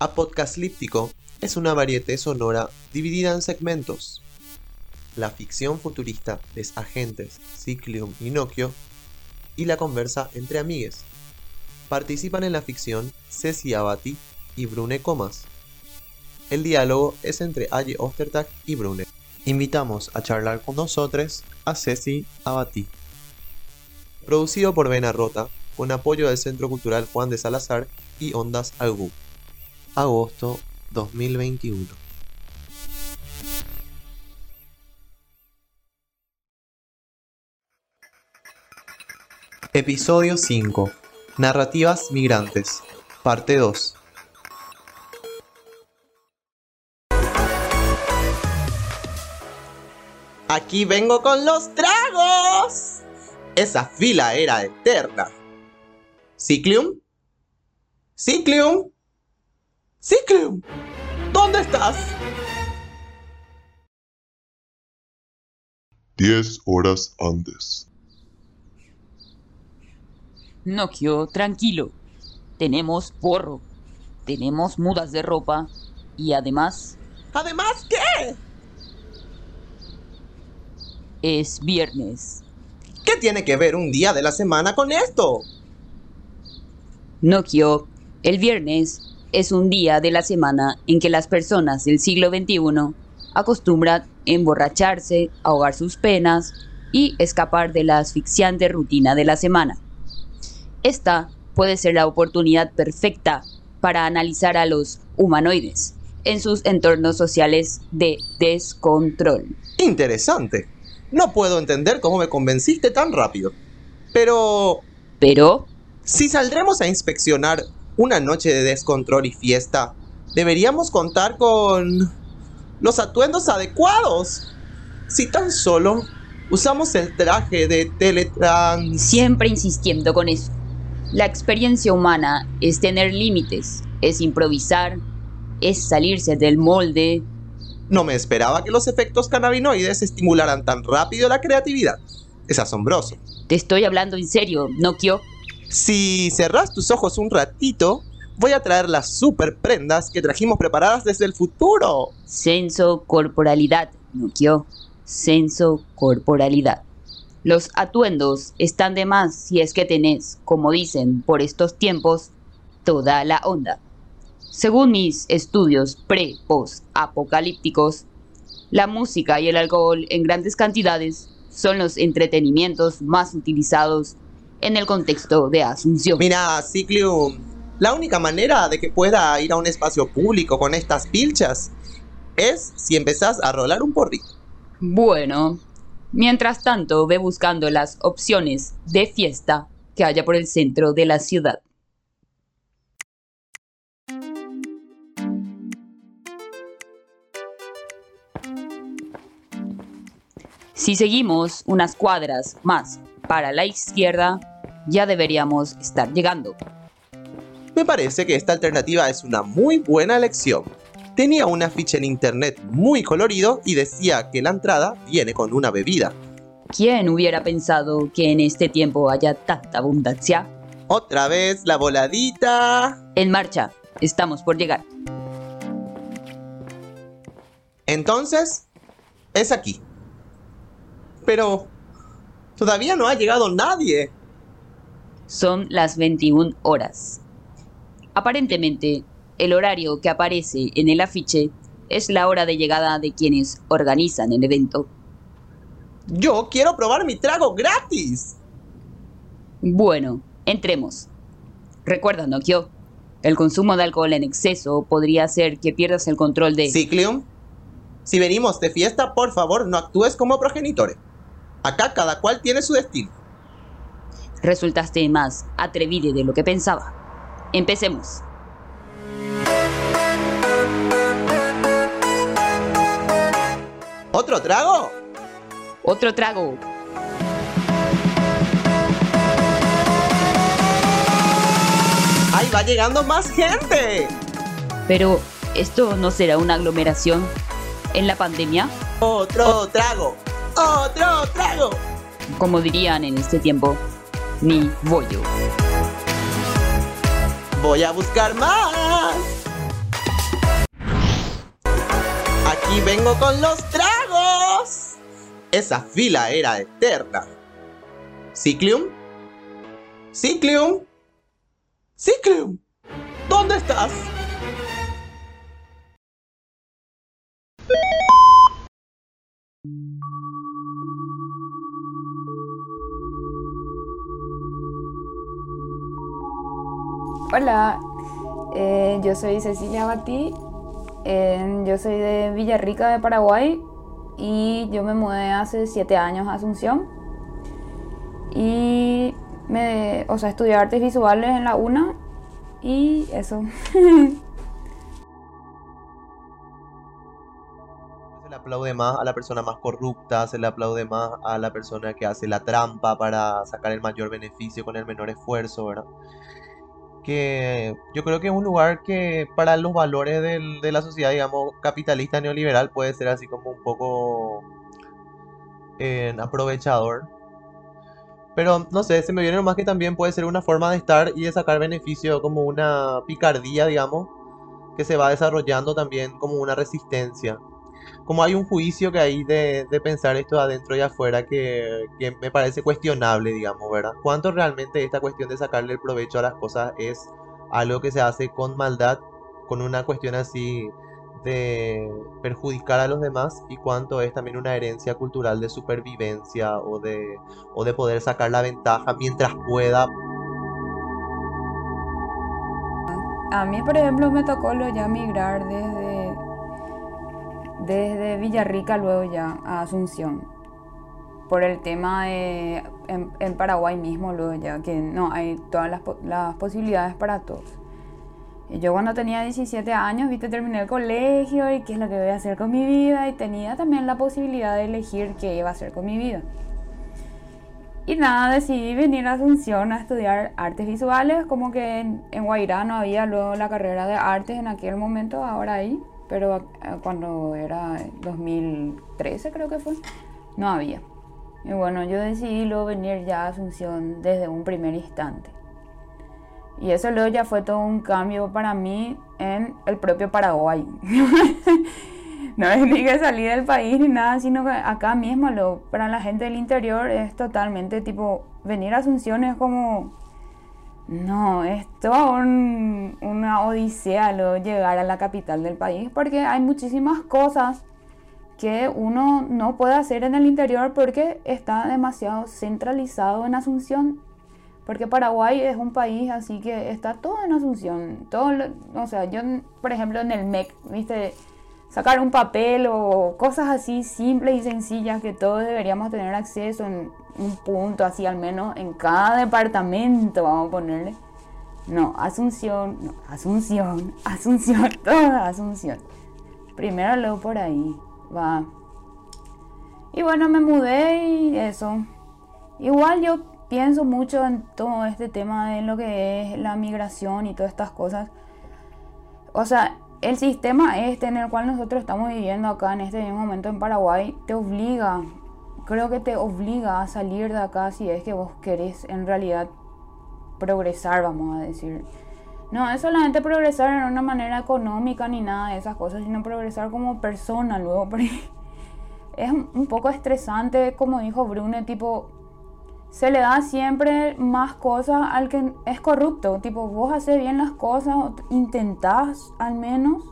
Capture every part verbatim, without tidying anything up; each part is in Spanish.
Apodcaslíptico es una varieté sonora dividida en segmentos. La ficción futurista des agentes Ciclium y Nokio y la conversa entre amigues. Participan en la ficción Ceci Abati y Brune Comas. El diálogo es entre Aye Ostertag y Brune. Invitamos a charlar con nosotros a Ceci Abati. Producido por Vena Rota, con apoyo del Centro Cultural Juan de Salazar y Ondas Algu. Agosto dos mil veintiuno. Episodio cinco. Narrativas migrantes. Parte dos. Aquí vengo con los tragos. Esa fila era eterna. ¿Ciclium? ¿Ciclium? ¡Ciclium! ¿Dónde estás? Diez horas antes. Nokio, tranquilo. Tenemos porro. Tenemos mudas de ropa. Y además... ¿Además qué? Es viernes. ¿Qué tiene que ver un día de la semana con esto? Nokio, el viernes es un día de la semana en que las personas del siglo veintiuno acostumbran emborracharse, ahogar sus penas y escapar de la asfixiante rutina de la semana. Esta puede ser la oportunidad perfecta para analizar a los humanoides en sus entornos sociales de descontrol. Interesante. No puedo entender cómo me convenciste tan rápido. Pero... Pero... Si saldremos a inspeccionar una noche de descontrol y fiesta, deberíamos contar con los atuendos adecuados. Si tan solo usamos el traje de Teletrans... Siempre insistiendo con eso. La experiencia humana es tener límites, es improvisar, es salirse del molde. No me esperaba que los efectos cannabinoides estimularan tan rápido la creatividad. Es asombroso. Te estoy hablando en serio, Nokio. Si cerrás tus ojos un ratito, voy a traer las super prendas que trajimos preparadas desde el futuro. Senso corporalidad, Nokio. Senso corporalidad. Los atuendos están de más si es que tenés, como dicen por estos tiempos, toda la onda. Según mis estudios pre-post-apocalípticos, la música y el alcohol en grandes cantidades son los entretenimientos más utilizados en el contexto de Asunción. Mira, Ciclium, la única manera de que pueda ir a un espacio público con estas pilchas es si empezás a rolar un porrito. Bueno, mientras tanto ve buscando las opciones de fiesta que haya por el centro de la ciudad. Si seguimos unas cuadras más para la izquierda, ya deberíamos estar llegando. Me parece que esta alternativa es una muy buena elección. Tenía un afiche en internet muy colorido y decía que la entrada viene con una bebida. ¿Quién hubiera pensado que en este tiempo haya tanta abundancia? Otra vez la voladita. En marcha, estamos por llegar. Entonces, es aquí. Pero todavía no ha llegado nadie. Son las veintiuna horas. Aparentemente, el horario que aparece en el afiche es la hora de llegada de quienes organizan el evento. ¡Yo quiero probar mi trago gratis! Bueno, entremos. Recuerda, Nokio, el consumo de alcohol en exceso podría hacer que pierdas el control de... Ciclium, si venimos de fiesta, por favor, no actúes como progenitores. Acá cada cual tiene su destino. Resultaste más atrevido de lo que pensaba. Empecemos. ¿Otro trago? Otro trago. ¡Ahí va llegando más gente! Pero, ¿esto no será una aglomeración en la pandemia? ¡Otro oh. trago! ¡Otro trago! Como dirían en este tiempo, ni voy yo. Voy a buscar más. Aquí vengo con los tragos. Esa fila era eterna. ¿Ciclium? ¿Ciclium? ¿Ciclium? ¿Dónde estás? Hola, eh, yo soy Cecilia Batí, eh, yo soy de Villarrica de Paraguay y yo me mudé hace siete años a Asunción y me, o sea, estudié artes visuales en la UNA y eso. Se le aplaude más a la persona más corrupta, se le aplaude más a la persona que hace la trampa para sacar el mayor beneficio con el menor esfuerzo, ¿verdad? Que yo creo que es un lugar que para los valores del- de la sociedad, digamos, capitalista neoliberal puede ser así como un poco eh, aprovechador. Pero no sé, se me viene nomás que también puede ser una forma de estar y de sacar beneficio, como una picardía, digamos, que se va desarrollando también como una resistencia. Como hay un juicio que hay de, de pensar esto de adentro y afuera que, que me parece cuestionable, digamos, ¿verdad? ¿Cuánto realmente esta cuestión de sacarle el provecho a las cosas es algo que se hace con maldad, con una cuestión así de perjudicar a los demás? ¿Y cuánto es también una herencia cultural de supervivencia o de, o de poder sacar la ventaja mientras pueda? A mí, por ejemplo, me tocó lo ya migrar desde, desde Villarrica luego ya a Asunción. Por el tema de en, en Paraguay mismo luego ya que no hay todas las, po- las posibilidades para todos. Y yo cuando tenía diecisiete años, viste, terminé el colegio y qué es lo que voy a hacer con mi vida y tenía también la posibilidad de elegir qué iba a hacer con mi vida. Y nada, decidí venir a Asunción a estudiar artes visuales, como que en, en Guairá no había luego la carrera de artes en aquel momento, ahora hay, pero eh, cuando era dos mil trece creo que fue, no había. Y bueno, yo decidí luego venir ya a Asunción desde un primer instante. Y eso luego ya fue todo un cambio para mí en el propio Paraguay. No es ni que salí del país ni nada, sino que acá mismo lo, para la gente del interior es totalmente tipo, venir a Asunción es como, no, es toda un- una odisea luego llegar a la capital del país, porque hay muchísimas cosas que uno no puede hacer en el interior porque está demasiado centralizado en Asunción. Porque Paraguay es un país así que está todo en Asunción. Todo lo- o sea, yo, por ejemplo, en el M E C, ¿viste? Sacar un papel o cosas así simples y sencillas que todos deberíamos tener acceso en un punto, así al menos en cada departamento, vamos a ponerle. No, Asunción, no, Asunción, Asunción, toda Asunción. Primero luego por ahí, va. Y bueno, me mudé y eso. Igual yo pienso mucho en todo este tema de lo que es la migración y todas estas cosas. O sea, el sistema este en el cual nosotros estamos viviendo acá en este mismo momento en Paraguay te obliga, creo que te obliga a salir de acá si es que vos querés en realidad progresar, vamos a decir. No es solamente progresar en una manera económica ni nada de esas cosas, sino progresar como persona luego. Porque es un poco estresante, como dijo Brune, tipo, se le da siempre más cosas al que es corrupto. Tipo, vos haces bien las cosas, o intentás al menos.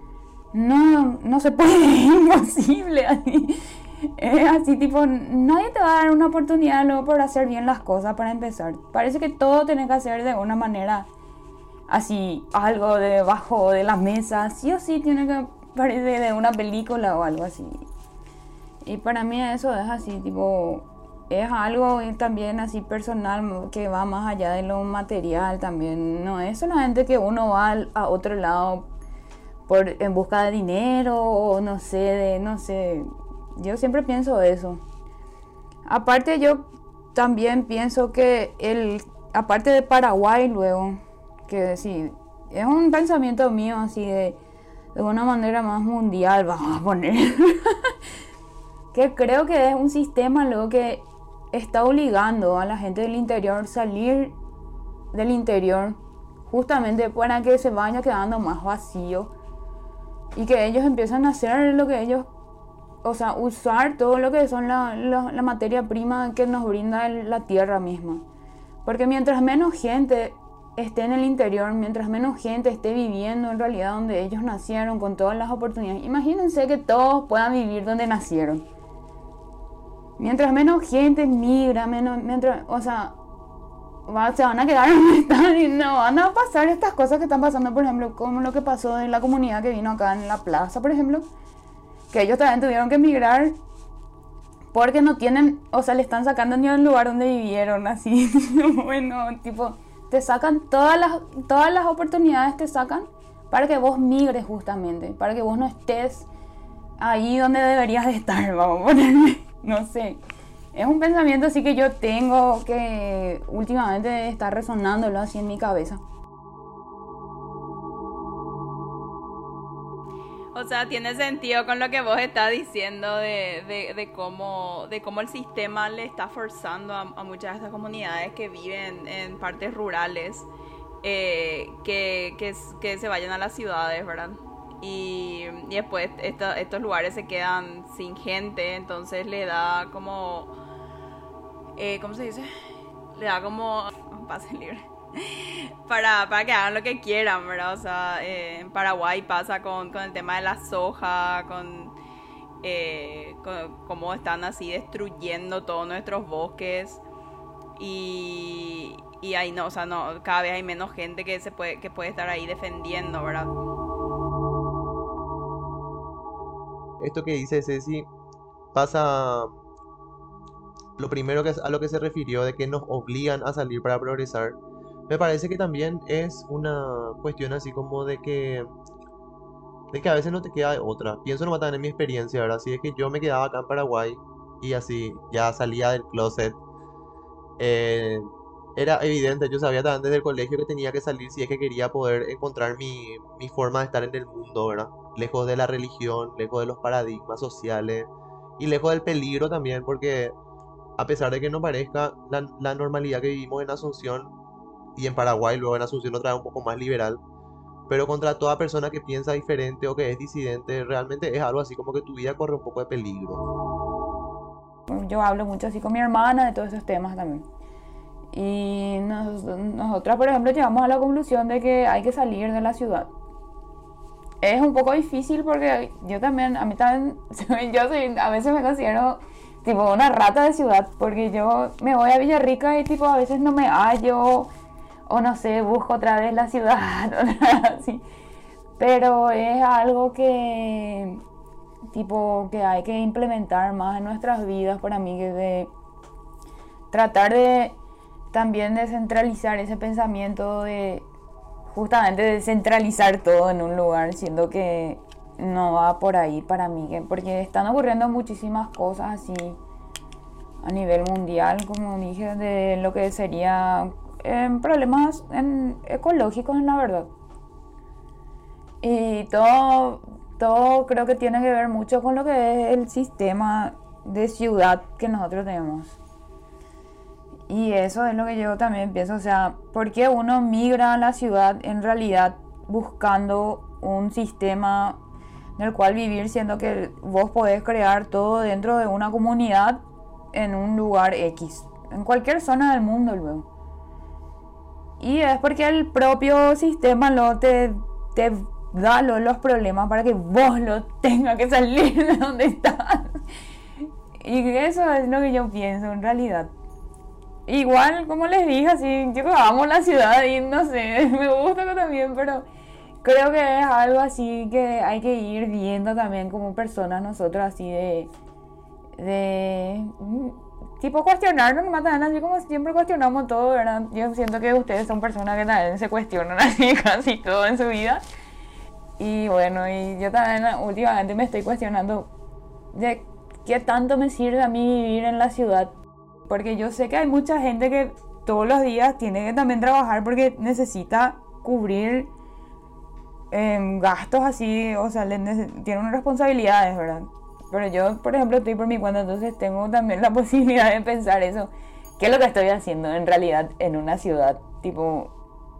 No, no se puede, es imposible. Así. Es así, tipo, nadie te va a dar una oportunidad luego por hacer bien las cosas para empezar. Parece que todo tiene que hacer de una manera así, algo debajo de la mesa. Sí o sí tiene que parecer de una película o algo así. Y para mí eso es así, tipo, es algo también así personal que va más allá de lo material también. No es solamente que uno va al- a otro lado por, en busca de dinero o no sé, de, no sé. Yo siempre pienso eso. Aparte yo también pienso que el, aparte de Paraguay luego, que sí, es un pensamiento mío así de, de una manera más mundial, vamos a poner. Que creo que es un sistema luego que está obligando a la gente del interior salir del interior justamente para que se vaya quedando más vacío y que ellos empiezan a hacer lo que ellos, o sea, usar todo lo que son la, la, la materia prima que nos brinda el, la tierra misma. Porque mientras menos gente esté en el interior, mientras menos gente esté viviendo en realidad donde ellos nacieron, con todas las oportunidades, imagínense que todos puedan vivir donde nacieron. Mientras menos gente migra, menos, mientras, o sea, va, se van a quedar donde están y no van a pasar estas cosas que están pasando, por ejemplo, como lo que pasó en la comunidad que vino acá en la plaza, por ejemplo, que ellos también tuvieron que emigrar porque no tienen, o sea, le están sacando ni al lugar donde vivieron, así, bueno, tipo, te sacan todas las, todas las oportunidades, te sacan para que vos migres justamente, para que vos no estés ahí donde deberías de estar, vamos a ponerme, no sé. Es un pensamiento así que yo tengo que últimamente está resonándolo así en mi cabeza. O sea, tiene sentido con lo que vos estás diciendo de, de, de, cómo, de cómo el sistema le está forzando a, a muchas de estas comunidades que viven en partes rurales eh, que, que, que se vayan a las ciudades, ¿verdad? Y, y después esto, estos lugares se quedan sin gente, entonces le da como... Eh, ¿Cómo se dice? Le da como... Pase libre. Para, para que hagan lo que quieran, ¿verdad? O sea, eh, en Paraguay pasa con, con el tema de la soja, con, eh, con cómo están así destruyendo todos nuestros bosques y, y ahí no, o sea, no, cada vez hay menos gente que se puede, que puede estar ahí defendiendo, ¿verdad? Esto que dice Ceci pasa lo primero que a lo que se refirió de que nos obligan a salir para progresar. Me parece que también es una cuestión así como de que de que a veces no te queda de otra. Pienso nomás también en mi experiencia, ¿verdad? Si es que yo me quedaba acá en Paraguay y así ya salía del closet, eh, era evidente, yo sabía también desde el colegio que tenía que salir si es que quería poder encontrar mi, mi forma de estar en el mundo, ¿verdad? Lejos de la religión, lejos de los paradigmas sociales y lejos del peligro también, porque a pesar de que no parezca la, la normalidad que vivimos en Asunción y en Paraguay, luego en Asunción otra vez un poco más liberal, pero contra toda persona que piensa diferente o que es disidente, realmente es algo así como que tu vida corre un poco de peligro. Yo hablo mucho así con mi hermana de todos esos temas también. Y nos, nosotras, por ejemplo, llegamos a la conclusión de que hay que salir de la ciudad. Es un poco difícil porque yo también, a mí también, yo soy, a veces me considero tipo una rata de ciudad, porque yo me voy a Villarrica y tipo a veces no me hallo, o no sé, busco otra vez la ciudad, así. Pero es algo que tipo que hay que implementar más en nuestras vidas para mí, que de tratar de también descentralizar ese pensamiento de justamente descentralizar todo en un lugar, siendo que no va por ahí para mí, que, porque están ocurriendo muchísimas cosas así a nivel mundial, como dije, de lo que sería eh, problemas en, ecológicos en la verdad. Y todo, todo creo que tiene que ver mucho con lo que es el sistema de ciudad que nosotros tenemos. Y eso es lo que yo también pienso, o sea, ¿por qué uno migra a la ciudad en realidad buscando un sistema en el cual vivir, siendo que vos podés crear todo dentro de una comunidad en un lugar X, en cualquier zona del mundo luego? Y es porque el propio sistema lo te, te da lo, los problemas para que vos lo tengas que salir de donde estás. Y eso es lo que yo pienso en realidad. Igual, como les dije, así, yo amo la ciudad y no sé, me gusta también, pero creo que es algo así que hay que ir viendo también como personas nosotros, así de, de tipo cuestionarnos nomás también, así como siempre cuestionamos todo, ¿verdad? Yo siento que ustedes son personas que también se cuestionan así casi todo en su vida. Y bueno, y yo también últimamente me estoy cuestionando de qué tanto me sirve a mí vivir en la ciudad. Porque yo sé que hay mucha gente que todos los días tiene que también trabajar porque necesita cubrir eh, gastos así, o sea, tiene unas responsabilidades, ¿verdad? Pero yo, por ejemplo, estoy por mi cuenta, entonces tengo también la posibilidad de pensar eso. ¿Qué es lo que estoy haciendo en realidad en una ciudad? Tipo,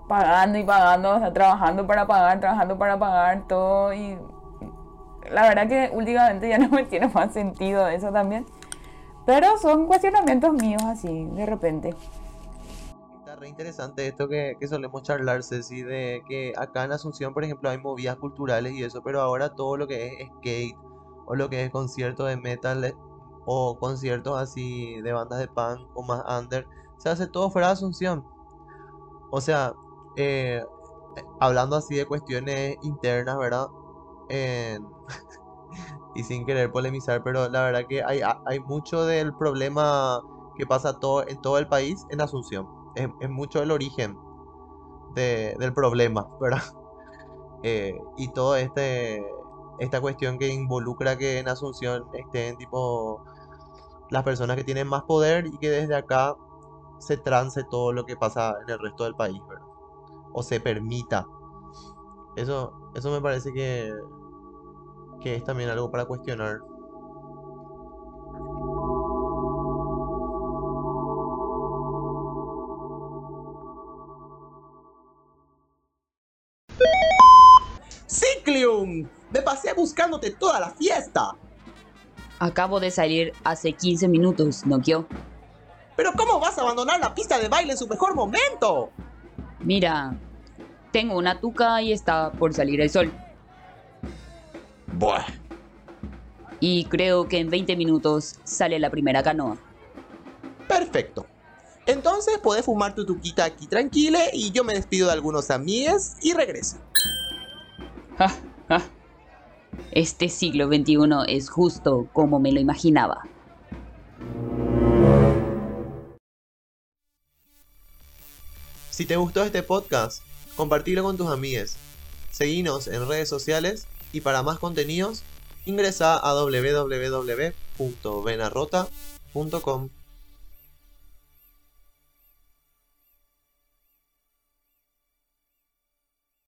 pagando y pagando, o sea, trabajando para pagar, trabajando para pagar todo. Y la verdad que últimamente ya no me tiene más sentido eso también. Pero son cuestionamientos míos así, de repente. Está re interesante esto que, que solemos charlar, Ceci, de que acá en Asunción, por ejemplo, hay movidas culturales y eso, pero ahora todo lo que es skate o lo que es concierto de metal eh, o conciertos así de bandas de punk o más under, se hace todo fuera de Asunción. O sea, eh, hablando así de cuestiones internas, ¿verdad? En- y sin querer polemizar, pero la verdad que hay, ha- hay mucho del problema que pasa todo, en todo el país en Asunción. Es, es mucho el origen de- del problema, ¿verdad? Eh, y todo este, esta cuestión que involucra que en Asunción estén tipo las personas que tienen más poder y que desde acá se trance todo lo que pasa en el resto del país, ¿verdad? O se permita. Eso, eso me parece que, que es también algo para cuestionar. ¡Ciclium! Me pasé buscándote toda la fiesta. Acabo de salir hace quince minutos, Nokio. ¿Pero cómo vas a abandonar la pista de baile en su mejor momento? Mira, tengo una tuca y está por salir el sol. Buah. Y creo que en veinte minutos sale la primera canoa. Perfecto. Entonces podés fumar tu tuquita aquí tranquile y yo me despido de algunos amigues y regreso. Ja, ja. Este siglo veintiuno es justo como me lo imaginaba. Si te gustó este podcast, compartilo con tus amigues. Seguinos en redes sociales y para más contenidos, ingresa a w w w punto venarrota punto com.